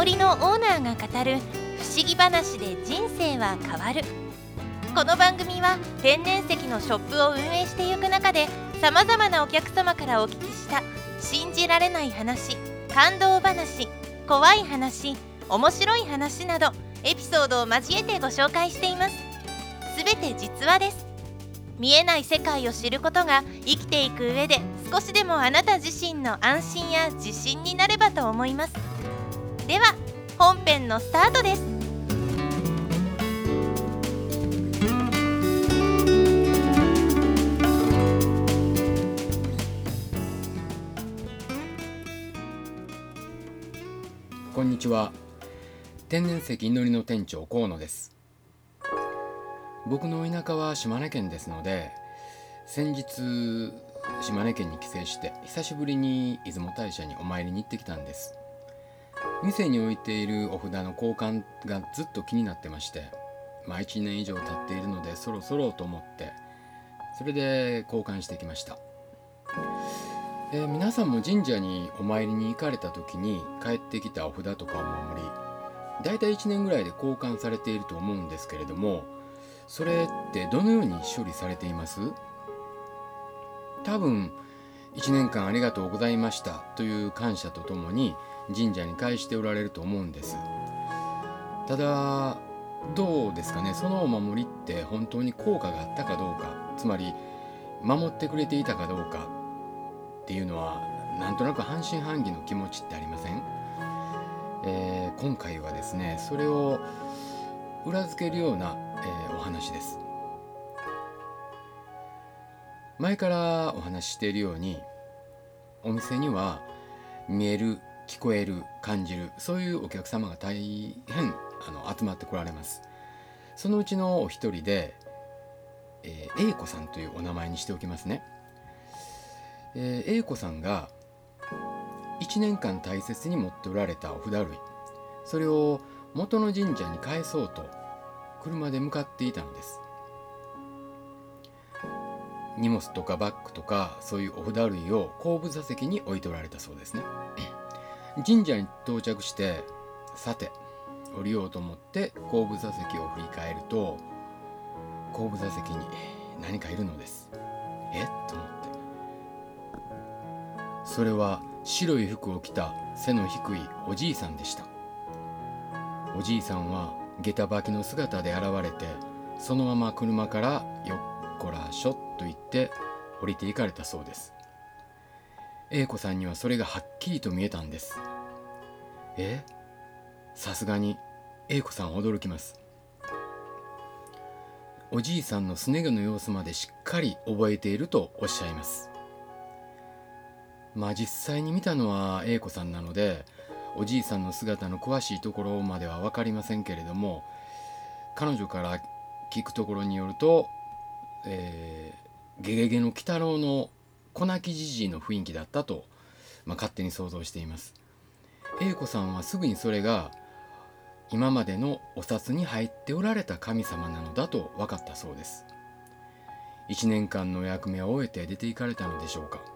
森のオーナーが語る不思議話で人生は変わる。この番組は天然石のショップを運営していく中で、さまざまなお客様からお聞きした信じられない話、感動話、怖い話、面白い話などエピソードを交えてご紹介しています。すべて実話です。見えない世界を知ることが生きていく上で少しでもあなた自身の安心や自信になればと思います。では本編のスタートです。 こんにちは。天然石祈りの店長河野です。僕の田舎は島根県ですので、先日島根県に帰省して久しぶりに出雲大社にお参りに行ってきたんです。店に置いているお札の交換がずっと気になってまして、1年以上経っているのでそろそろと思って、それで交換してきました。皆さんも神社にお参りに行かれた時に帰ってきたお札とかお守り、だいたい1年ぐらいで交換されていると思うんですけれども、それってどのように処理されています？多分1年間ありがとうございましたという感謝とともに神社に返しておられると思うんです。ただどうですかね、そのお守りって本当に効果があったかどうか、つまり守ってくれていたかどうかっていうのは、なんとなく半信半疑の気持ちってありません？今回はですね、それを裏付けるような、お話です。前からお話ししているように、お店には見える、聞こえる、感じる、そういうお客様が大変集まってこられます。そのうちのお一人で、A子さんというお名前にしておきますね。A子さんが1年間大切に持っておられたお札類、それを元の神社に返そうと車で向かっていたのです。荷物とかバッグとかそういうお札類を後部座席に置いておられたそうですね。神社に到着して、さて降りようと思って後部座席を振り返ると、後部座席に何かいるのです。と思って、それは白い服を着た背の低いおじいさんでした。おじいさんは下駄履きの姿で現れて、そのまま車からよっこらしょと言って降りていかれたそうです。A子さんにはそれがはっきりと見えたんです。さすがに A子さんは驚きます。おじいさんのすね毛の様子までしっかり覚えているとおっしゃいます。実際に見たのは A子さんなので、おじいさんの姿の詳しいところまでは分かりませんけれども、彼女から聞くところによると、ゲゲゲの鬼太郎の小泣きじじいの雰囲気だったと、勝手に想像しています。A子さんはすぐにそれが今までのお札に入っておられた神様なのだと分かったそうです。1年間のお役目を終えて出て行かれたのでしょうか。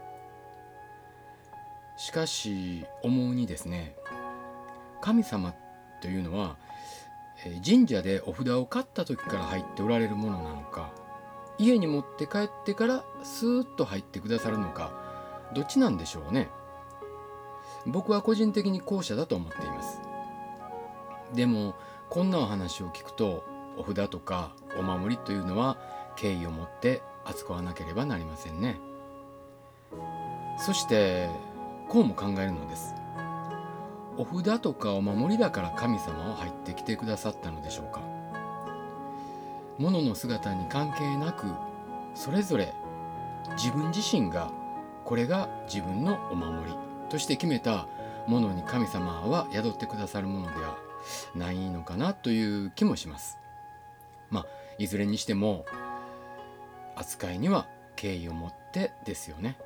しかし思うにですね、神様というのは神社でお札を買った時から入っておられるものなのか、家に持って帰ってからスーッと入ってくださるのか、どっちなんでしょうね。僕は個人的に後者だと思っています。でもこんなお話を聞くと、お札とかお守りというのは敬意を持って扱わなければなりませんね。そしてこうも考えるのです。お札とかお守りだから神様は入ってきてくださったのでしょうか。物の姿に関係なく、それぞれ自分自身がこれが自分のお守りとして決めたものに神様は宿ってくださるものではないのかなという気もします。いずれにしても扱いには敬意を持ってですよね。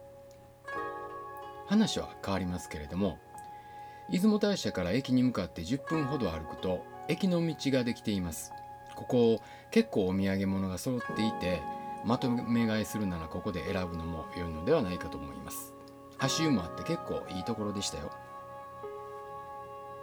話は変わりますけれども、出雲大社から駅に向かって10分ほど歩くと駅の道ができています。ここ結構お土産物が揃っていて、まとめ買いするならここで選ぶのも良いのではないかと思います。足湯もあって結構いいところでしたよ。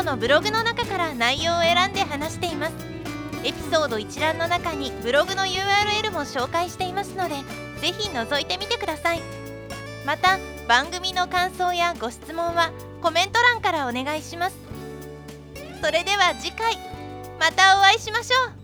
のブログの中から内容を選んで話しています。エピソード一覧の中にブログの URL も紹介していますので、ぜひ覗いてみてください。また番組の感想やご質問はコメント欄からお願いします。それでは次回またお会いしましょう。